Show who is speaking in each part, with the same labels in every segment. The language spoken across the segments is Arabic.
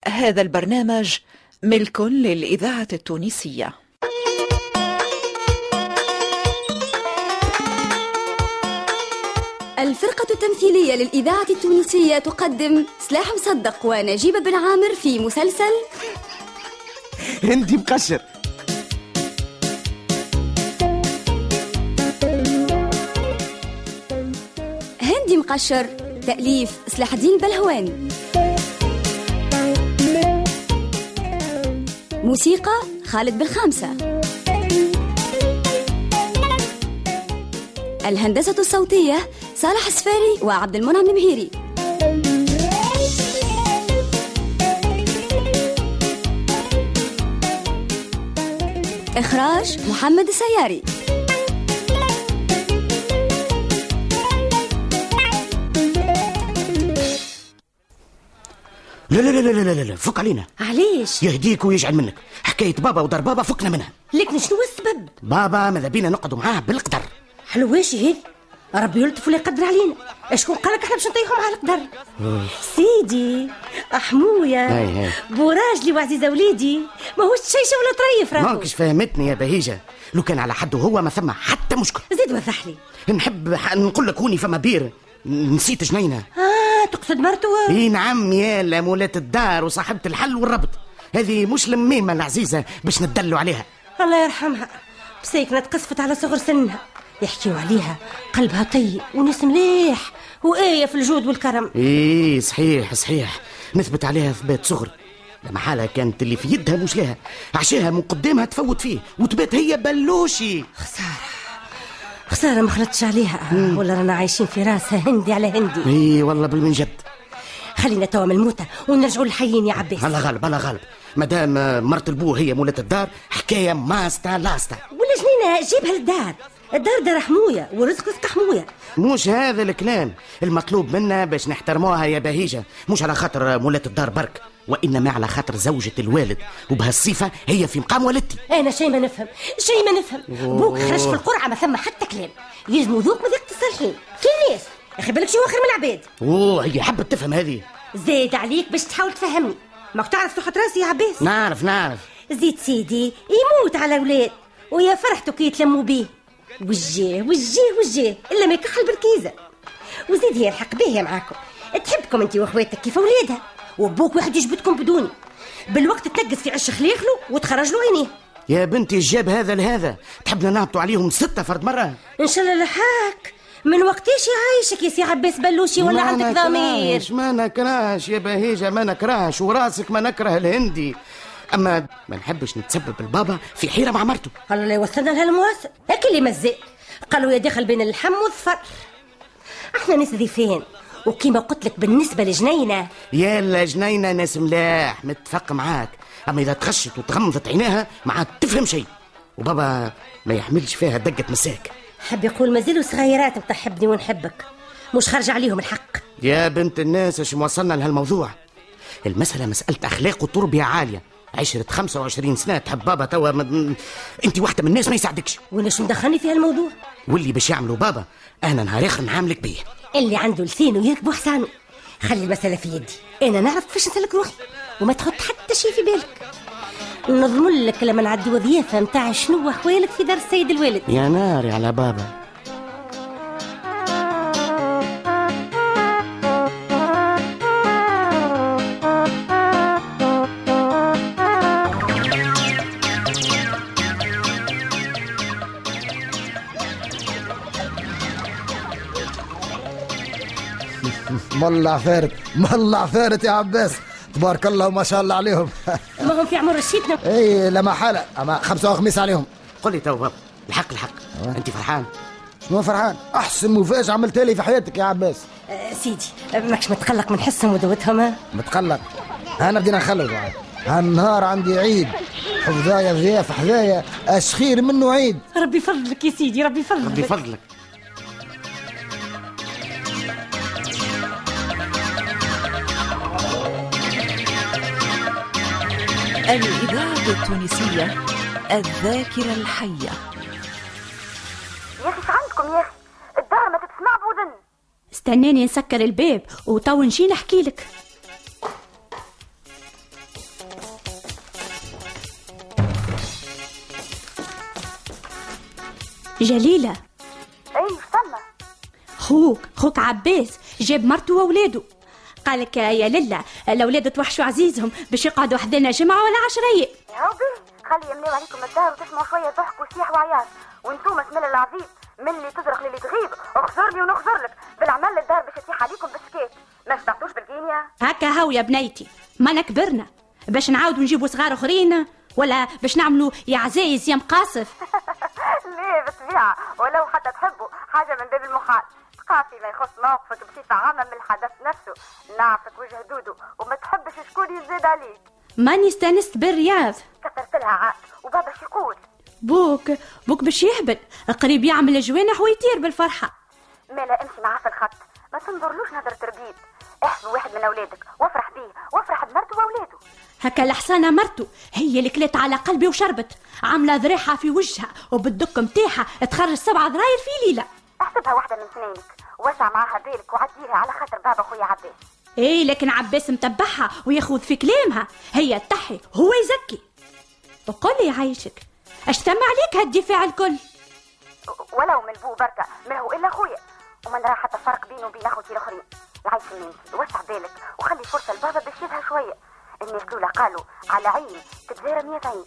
Speaker 1: هذا البرنامج ملك للإذاعة التونسية.
Speaker 2: الفرقة التمثيلية للإذاعة التونسية تقدم سلاح مصدق ونجيب بن عامر في مسلسل
Speaker 3: هندي مقشر.
Speaker 2: هندي مقشر، تأليف سلاح الدين البلهواني، موسيقى خالد بالخامسة، الهندسة الصوتية صالح السفاري وعبد المنعم المهيري، إخراج محمد السياري.
Speaker 3: لا لا لا لا لا لا، فك علينا.
Speaker 4: علاش؟
Speaker 3: يهديك ويجعل منك. حكاية بابا ودار بابا فكنا منها.
Speaker 4: لكن شنو السبب؟
Speaker 3: بابا ماذا بينا نقعدوا معاه بالقدر.
Speaker 4: حلواشي هذي، ربي يلطف ولا يقدر علينا. اشكون قالك احنا باش نطيحوا مع القدر؟ سيدي احمويا بوراجلي وعزيزه وليدي، ماهوش شيشه ولا طريف راهو.
Speaker 3: ماكش فهمتني يا بهيجه، لو كان على حد هو ما ثم حتى مشكل.
Speaker 4: زيد وضح لي.
Speaker 3: نحب نقول لك هوني فما بير نسيت جنينه.
Speaker 4: تقصد مرته؟
Speaker 3: اي نعم يا مولات الدار وصاحبة الحل والربط، هذه مش لميمة العزيزة باش ندلوا عليها.
Speaker 4: الله يرحمها، بسيكنا تقصفت على صغر سنها، يحكيوا عليها قلبها طيب وناس مليح وآية في الجود والكرم.
Speaker 3: ايه صحيح صحيح، نثبت عليها ثبات صغر. لما حالها كانت اللي في يدها مش لها، عشاها من قدامها تفوت فيه وتبات هي بلوشي.
Speaker 4: خسارة ما خلطش عليها. ولا رانا عايشين في راسها هندي على هندي.
Speaker 3: ايه والله بالمنجد.
Speaker 4: خلينا توا من الموتى ونرجعوا للحيين يا عباس.
Speaker 3: الله غالب مادام مرت البو هي مولة الدار، حكاية ماستا لاستا.
Speaker 4: ولا جنينة جيبها للدار، الدار دار حموية ورزق رزق حموية.
Speaker 3: مش هذا الكلام المطلوب منا باش نحترموها يا بهيجة، مش على خاطر مولة الدار برك، وإنما على خاطر زوجة الوالد، وبهالصفة هي في مقام والدتي.
Speaker 4: أنا شيء ما نفهم. بوك خرج في القرعة ما ثم حتى كلام، يلزموا ذوق مذاق الصالحين كي ناس. أخي بالك شو آخر من العباد.
Speaker 3: هي حبت تفهم هذه.
Speaker 4: زيد عليك باش تحاول تفهمني، ماك تعرف تحط راسي يا عباس.
Speaker 3: نعرف.
Speaker 4: زيد سيدي يموت على أولاد ويا فرحته كي يتلموا بيه، وجيه إلا ما يكحل بركيزة. وزيد هي الحق بيه معاكم، تحبكم انت واخواتك كيف اولادها، وابوك واحد يجبدكم بدوني، بالوقت تنقص في عش خليخلو وتخرج له عينيه.
Speaker 3: يا بنتي الجاب هذا لهذا، تحبنا نهبطوا عليهم 6 فرد مرة؟
Speaker 4: ان شاء الله لحاك. من وقتاش يعيشك يا سي عباس بلوشي ولا عندك ضمير؟
Speaker 3: ما نكرهش يا بهيجة، ما نكرهش، وراسك ما نكره الهندي، اما ما نحبش نتسبب البابا في حيرة مع مرته.
Speaker 4: الله لا يوصلنا لهالمواصل. هاك اللي مزق قالوا يا دخل بين اللحم والظفر. احنا ناس ضيفين، وكيما قلت لك بالنسبة لجنينة،
Speaker 3: يا جنينة ناس ملاح متفق معاك، اما اذا تخشت وتغمضت عينيها ما عاد تفهم شيء، وبابا ما يحملش فيها دقة مساك.
Speaker 4: حب يقول مازالوا صغيرات بتحبني ونحبك، مش خارج عليهم الحق.
Speaker 3: يا بنت الناس ايش موصلنا لهالموضوع؟ المسألة مسألة أخلاق وتربية عالية. عشرة 25 سنة تحب بابا توا انت واحدة من الناس ما يساعدكش.
Speaker 4: وانا شو مدخلني في هالموضوع؟
Speaker 3: واللي باش يعملوا بابا انا نهار اخر نعاملك بيه.
Speaker 4: اللي عنده لسان ويركبوا حسانه. خلي المسألة في يدي، انا نعرف كيفاش نسلك روحي، وما تحط حتى شيء في بالك. نضمن لك لما نعدي وظيفة متاع شنو احوالك في دار السيد الوالد.
Speaker 3: يا ناري على بابا.
Speaker 5: ملا عفارت يا عباس، تبارك الله وما شاء الله عليهم.
Speaker 4: ما هم في عمر رشيدنا.
Speaker 5: اي لما حالة، اما 5 وخميس عليهم.
Speaker 3: قل لي تو بابا الحق انت فرحان؟
Speaker 5: شنو فرحان؟ احسن مفاجأة عملتها لي في حياتك يا عباس.
Speaker 4: سيدي ماكش متقلق من حسهم ودوتهم؟
Speaker 5: متقلق؟ انا بدينا نخلص هالنهار عندي عيد، حفظايا ضياف حذايا اشخير منه عيد.
Speaker 4: ربي فضلك يا سيدي، ربي فضلك.
Speaker 1: الإذاعة التونسية الذاكرة الحية.
Speaker 6: يا أخي عندكم يا أخي الدار ما تتسمع بوذن.
Speaker 2: استناني نسكر الباب وتو نجي نحكي لك.
Speaker 7: جليلة.
Speaker 6: اي سما.
Speaker 7: خوك عباس جاب مرته وأولاده، قالك يا للا الأولاد توحشوا عزيزهم باش يقعدوا حدنا جمعة ولا 10 أيام.
Speaker 6: يا ربي خلي يملاو عليكم الدار وتسمعوا شوية ضحك وصياح وعياط، وانتوما اسم الله العظيم من اللي تزرق للي تغيب اغفر لي ونغفر لك بالعمل الدار باش تطيح عليكم بالسكات. ما شبعتوش بالكينيا؟
Speaker 7: هكا هاو يا بنيتي، ما كبرنا باش نعاودوا نجيبوا صغار اخرين ولا باش نعملوا يا عزايز يا مقاصف؟
Speaker 6: ليه بالطبيعة، ولو حتى تحبوا حاجة من باب المحال. ثقافي ما يخص موقفك بصفة عامة من الحدث نفسه، نعرفك وجه دودو وما تحبش شكون يزيد عليك.
Speaker 7: ماني استانست بالرياض،
Speaker 6: كثرت لها عاد وبابا شو يقول؟
Speaker 7: بوك باش يهبل قريب يعمل جوانح ويطير بالفرحة.
Speaker 6: مالا امشي معاه في الخط، ما تنظرلوش نظرة تربيد. احسب واحد من اولادك وافرح بيه وافرح بمرته واولاده.
Speaker 7: هكا لحسانة مرته هي اللي كلت على قلبي وشربت، عاملة ذريحة في وجهها وبالدق متاحة تخرج 7 ذراير في ليلة.
Speaker 6: احسبها واحدة من سنينك، وسع معاها بالك وعديها على خاطر بابا خويا عباس.
Speaker 7: ايه لكن عباس متبعها وياخذ في كلامها، هي تحي هو يزكي. وقولي يعيشك اش تم عليك هالدفاع الكل؟
Speaker 6: ولو من البو بركة ما هو الا خويا، وما نرى حتى فرق بينه وبين اخوتي الاخرين. يعيش النمسي وسع بالك وخلي فرصة لبابا باش يدها شوية. الناس الاولى قالوا على عين تتزارى 100 عين.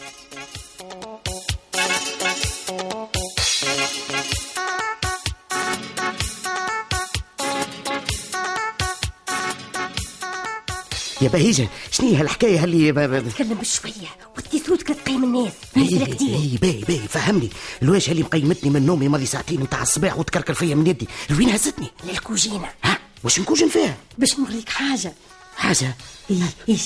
Speaker 3: يا بهيجة شنيها الحكاية اللي
Speaker 4: تكلم بشوية وانتي صوتك تقيم الناس.
Speaker 3: باهي فهمني. الواجهة اللي مقيمتني من نومي ماضي ساعتين متاع الصباح وتكركر فيا من يدي، لوين هزتني؟
Speaker 4: للكوجينة.
Speaker 3: ها واش نكوجن فيها؟
Speaker 4: باش نوريك حاجة.
Speaker 3: ايش؟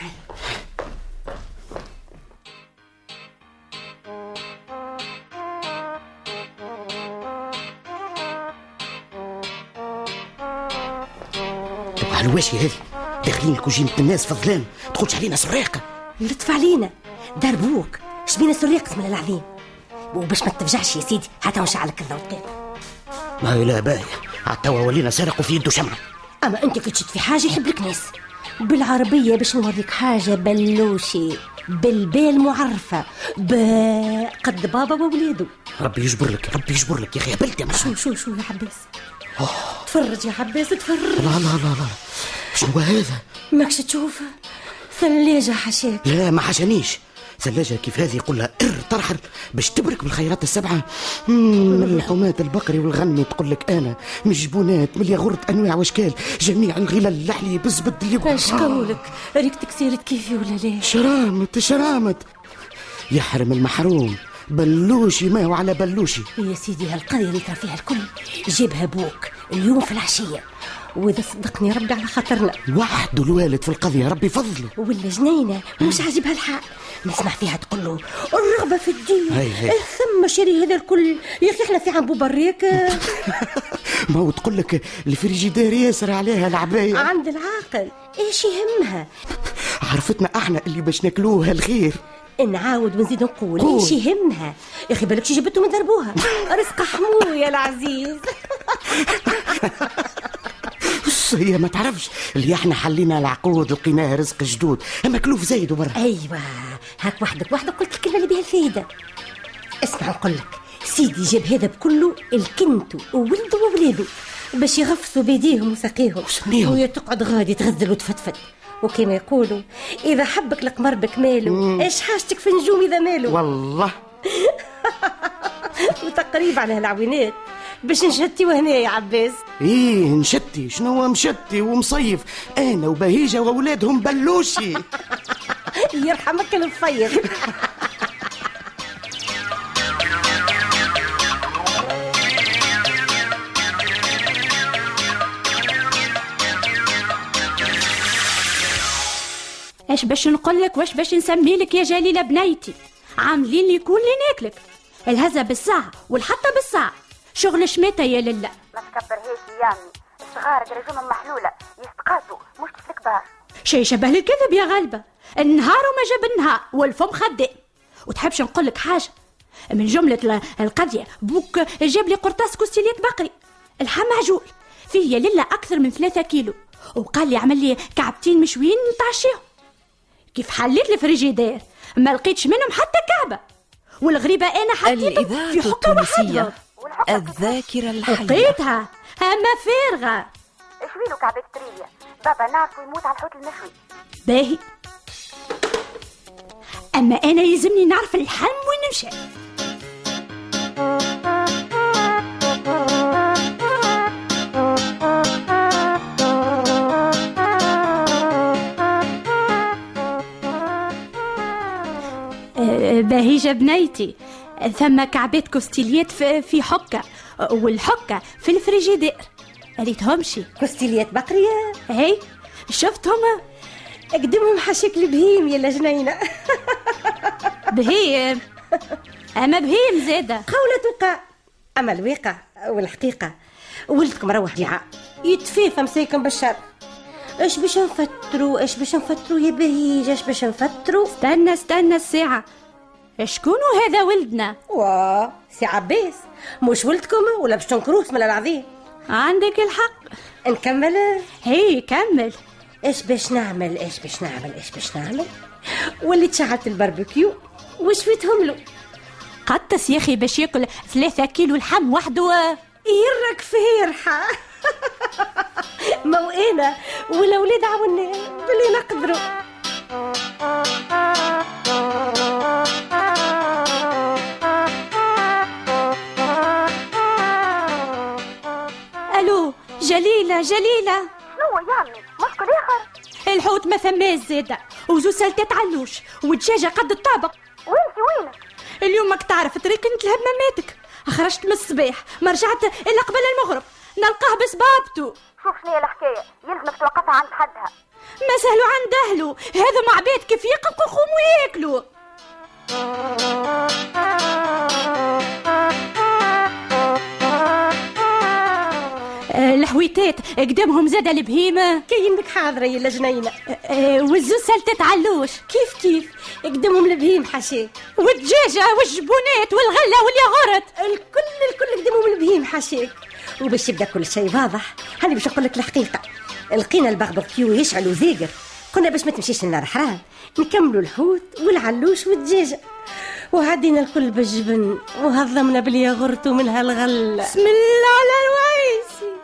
Speaker 3: الواشي هذه داخلين الكوجينة الناس في الظلام، تقولش علينا سراقة.
Speaker 4: لطف علينا دربوك شبينا سراقة اسم العظيم، وباش ما تفجعش يا سيدي حتى ونشعلك الضوء.
Speaker 3: ما لا باهي عالتوا ولينا سرقوا في يده شمعة.
Speaker 4: اما انت كي تشد في حاجة يحب لك ناس. بالعربية باش نوريك حاجة بلوشي بالبال معرفة قد بابا ووليده.
Speaker 3: ربي يجبر لك يا اخي هبلت يا
Speaker 4: مرحبا. شو يا عباس؟ تفرج يا عباس تفرج.
Speaker 3: لا شنو هذا؟
Speaker 4: ماكش تشوف ثلاجة حشاك؟
Speaker 3: لا ما حشانيش. ثلاجة كيف هذه يقول لها ترحل باش تبرك بالخيرات السبعة من اللحومات البقري والغنمي. تقول لك انا من الجبونات من الياغورت انواع واشكال جميع الغلال الحليب الزبد اللي
Speaker 4: اش قولك ريك تكسيرت كيفي ولا ليه؟
Speaker 3: شرامت يحرم المحروم. بلوشي ما هو على بلوشي
Speaker 4: يا سيدي. هالقضية اللي ترى فيها الكل جيبها بوك اليوم في العشية، وإذا صدقني ربي على خاطرنا
Speaker 3: وحده الوالد في القضية ربي فضله.
Speaker 4: ولا جنينة مش عاجبها الحال، نسمع فيها تقول له الرغبة في الدين
Speaker 3: هي.
Speaker 4: ثم شري هذا الكل يا أخي احنا في عن بريك.
Speaker 3: ما هو تقول لك الفريجيدير ياسر عليها العباية
Speaker 4: عند العاقل ايش يهمها؟
Speaker 3: عرفتنا احنا اللي باش ناكلوها الخير.
Speaker 4: نعاود ونزيد نقول ايش يهمها يا اخي؟ بالك شي جبتوا من دربوها رزق حمو يا العزيز.
Speaker 3: هي ما تعرفش اللي احنا حلينا العقود لقيناها رزق جدود، اما كلوف زايد وبرا.
Speaker 4: ايوه هاك وحدك قلت الكلمه اللي بها الفايده. اسمع نقول لك سيدي جاب هذا بكله الكنتو وولده وولاده باش يغفصوا بيديهم وساقيهم وهي تقعد غادي تغزل وتفتفت. وكما يقولوا اذا حبك القمر بكماله ايش حاجتك في نجوم اذا ماله.
Speaker 3: والله
Speaker 4: وتقريبا على هالعوينات باش نشتي وهنا يا عباس.
Speaker 3: نشتي شنو هو مشتي ومصيف انا وبهيجة واولادهم بلوشي.
Speaker 4: يرحمك المفيض.
Speaker 7: ايش باش نقول لك واش باش نسمي لك يا جليلة بنيتي؟ عاملين لي كل ناكلك الهزة بالساعة والحطة بالساعة، شغل شميتة يا لله.
Speaker 6: ما تكبرهاش يا يامي، الصغار درجهم محلولة يستقاتوا مش كيف الكبار.
Speaker 7: شي شبه الكذب يا غالبة، النهار وما جاب النهار والفم خدام. وتحبش نقول لك حاجة من جملة القضية؟ بوك جاب لي قرطاس كوستيليت بقري الحم عجول فيه يا لله أكثر من 3 كيلو، وقال لي عمل لي كعبتين مشويين نتعشيهم. كيف حليت الفريجيدير ما لقيتش منهم حتى كعبة، والغريبة أنا حطيته
Speaker 1: الإذاعة
Speaker 7: في حكم
Speaker 1: التونسية
Speaker 7: محدد.
Speaker 1: الذاكرة الحية.
Speaker 7: لقيتها أما فارغة.
Speaker 6: ايش بيلو كعبة تريليا؟ بابا نعرفه يموت على الحوت المشوي.
Speaker 7: باهي، أما أنا يلزمني نعرف الحم وين نمشي. باهيجة بنيتي، ثم كعبات كوستيليات في حكة، والحكة في الفريجيدير. قريتهمشي
Speaker 4: كوستيليات بقرية؟
Speaker 7: هي شفتهم؟
Speaker 4: اقدمهم حشيك البهيم يا جنينة.
Speaker 7: بهيم؟ أما بهيم زادة
Speaker 4: قولة وقع، أما الواقع والحقيقة ولدكم روح دعاء يتفيف مساكم بالشر. ايش باش نفتروا يا بهيج، ايش باش نفتروا؟
Speaker 7: استنى الساعة، شكونو هذا ولدنا؟
Speaker 4: واه سي عباس، مش ولدكم ولا باش تنكروه اسم العظيم؟
Speaker 7: عندك الحق.
Speaker 4: نكمل؟
Speaker 7: هي كمل.
Speaker 4: ايش باش نعمل وليت شعلت الباربيكيو وشويتهم له.
Speaker 7: قطس يا اخي باش ياكل 3 كيلو لحم وحده.
Speaker 4: يرك فيرحة. موئنا ولا ولاد عاوني بلي نقدروا.
Speaker 7: الو جليلة
Speaker 6: شنو يا عمي؟ مسكو الاخر
Speaker 7: الحوت ما ثماش زاده، وزو سلتات علوش، ودجاجة قد الطابق.
Speaker 6: وينك؟
Speaker 7: اليوم ماك تعرف طريقة لهماماتك. خرجت من الصباح ما رجعت الا قبل المغرب، نلقاه بسبابته.
Speaker 6: شوف شنو هي الحكايه، يلزمك توقفها عند حدها.
Speaker 7: ما سهلوا عند اهله، هذا مع عباد كيف يقلقوا يخوموا وياكلوا. الحويتات قدامهم زاد البهيمة
Speaker 4: كينك حاضرة يا جنينة.
Speaker 7: والزوز سلتت علوش
Speaker 4: كيف قدامهم البهيم حشي،
Speaker 7: والدجاجة والجبونات والغلة والياغورت
Speaker 4: الكل قدامهم البهيم حشيك. وباش يبدا كل شيء واضح، هاني باش نقول لك الحقيقة. لقينا الباربيكيو يشعل وزاقر، قلنا باش ما تمشيش النار حرام نكملوا الحوت والعلوش والدجاجة، وعدينا الكل بالجبن وهضمنا بالياغورت ومنها الغلة.
Speaker 7: بسم الله على الويسي.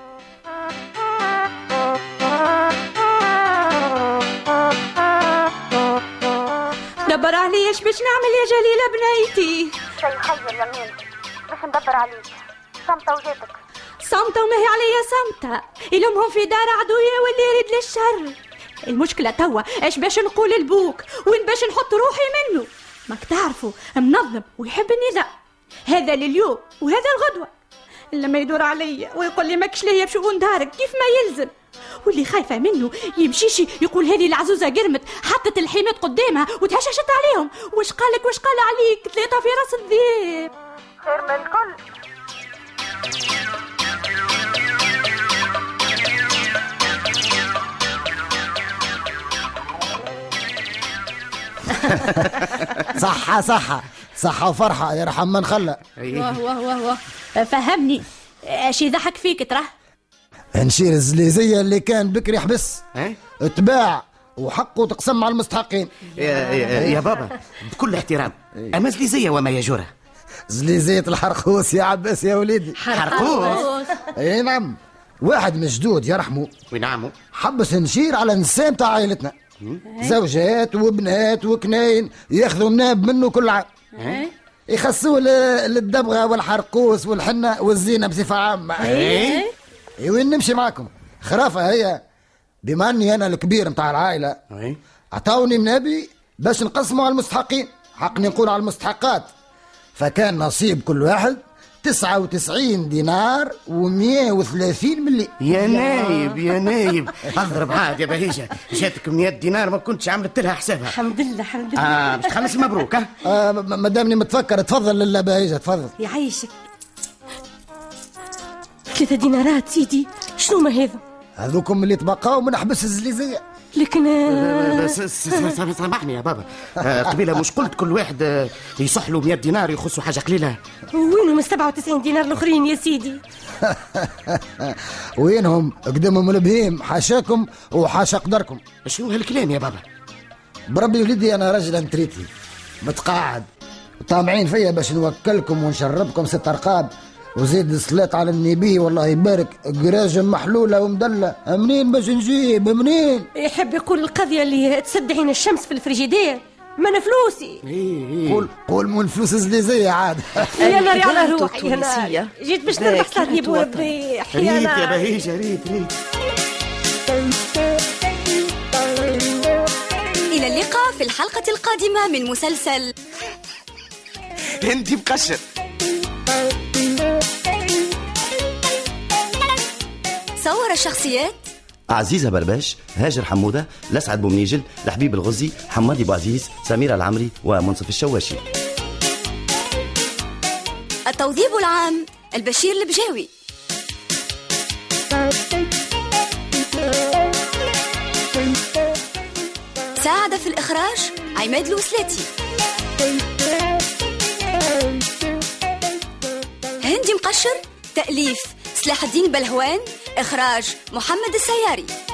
Speaker 7: دبر علي ايش باش نعمل يا جليلة بنيتي؟
Speaker 6: شي خير يا مين باش ندبر عليك. صمتة وجاتك.
Speaker 7: صمتة وما هي عليا صمتة، يلومهم في دار عدوية واللي يريد للشر. المشكلة توا ايش باش نقول لبوك، وين باش نحط روحي منه. ماك تعرفوا منظم ويحب النظام، هذا لليوم وهذا الغدوة. لما يدور عليا ويقول لي ماكش ليا بشؤون دارك كيف ما يلزم، واللي خايفة منه يمشيش يقول هذه العزوزة قرمت حطت الحيمات قدامها وتهششت عليهم. وش قال عليك 3 في راس الذئب.
Speaker 6: خير من الكل.
Speaker 5: صحة وفرحة يرحم من خلى.
Speaker 7: واه فهمني اش يضحك فيك تراه؟
Speaker 5: نشير الزليزية اللي كان بكري حبس اتباع وحقه تقسم مع المستحقين.
Speaker 3: يا بابا بكل احترام، أما زليزية وما يجرى.
Speaker 5: زليزية الحرقوس يا عباس يا وليدي.
Speaker 3: حرقوس؟
Speaker 5: اي نعم، واحد من جدود يرحمه
Speaker 3: ونعمه
Speaker 5: حبس نشير على نسام تاع عائلتنا، زوجات وبنات وكناين ياخذوا الناب منه كل عام، يخصوه للدبغة والحرقوس والحنة والزينة بصفة عامة. وين نمشي معكم خرافة هي، بما اني انا الكبير متاع العائلة عطاوني منابي باش نقسموا على المستحقين، حقني نقول على المستحقات. فكان نصيب كل واحد 99 دينار و130 ملي.
Speaker 3: يا نايب اضرب عاد يا بهيجة، جاتك 100 دينار ما كنتش عملت لها حسابها.
Speaker 4: الحمد لله
Speaker 3: باش تخلص مبروك.
Speaker 5: مادامني متفكر تفضل لله بهيجة تفضل.
Speaker 4: يعيشك. 3 دينارات سيدي، شنو ما هذا؟
Speaker 5: هذوكم اللي تبقاو من حبس الزليزية.
Speaker 4: لكن
Speaker 3: سامحني يا بابا، قبيلة مش قلت كل واحد يصح له 100 دينار يخصوا حاجة قليلة؟
Speaker 4: وينهم 97 دينار الاخرين يا سيدي؟
Speaker 5: وينهم قدامهم البهيم، حاشاكم وحاشا قدركم.
Speaker 3: شنو هالكلام يا بابا؟
Speaker 5: بربي ولدي انا رجل انتريتي متقاعد طامعين فيا باش نوكلكم ونشربكم 6 أرقاب وزيد الصلاة على النبي والله يبارك قراجم محلولة ومدلة. منين باش نجيب منين؟
Speaker 4: يحب يقول القضية اللي تسد عين الشمس في الفريجيدير من فلوسي.
Speaker 5: قول من فلوس زليزية عاد.
Speaker 4: يا ناري على روحي انا جيت باش نربح صارني بوربيح
Speaker 3: يا بهيجة ريت.
Speaker 2: إلى اللقاء في الحلقة القادمة من مسلسل
Speaker 3: هندي مقشر.
Speaker 2: صور الشخصيات:
Speaker 8: عزيزة برباش، هاجر حمودة، لسعد بومنيجل، لحبيب الغزي، حمادي بوعزيز، سميرة العمري ومنصف الشواشي.
Speaker 2: التوظيف العام: البشير البجاوي. ساعد في الإخراج عماد الوسلاتي. هندي مقشر، تأليف سلاح الدين بلهوان، إخراج محمد السياري.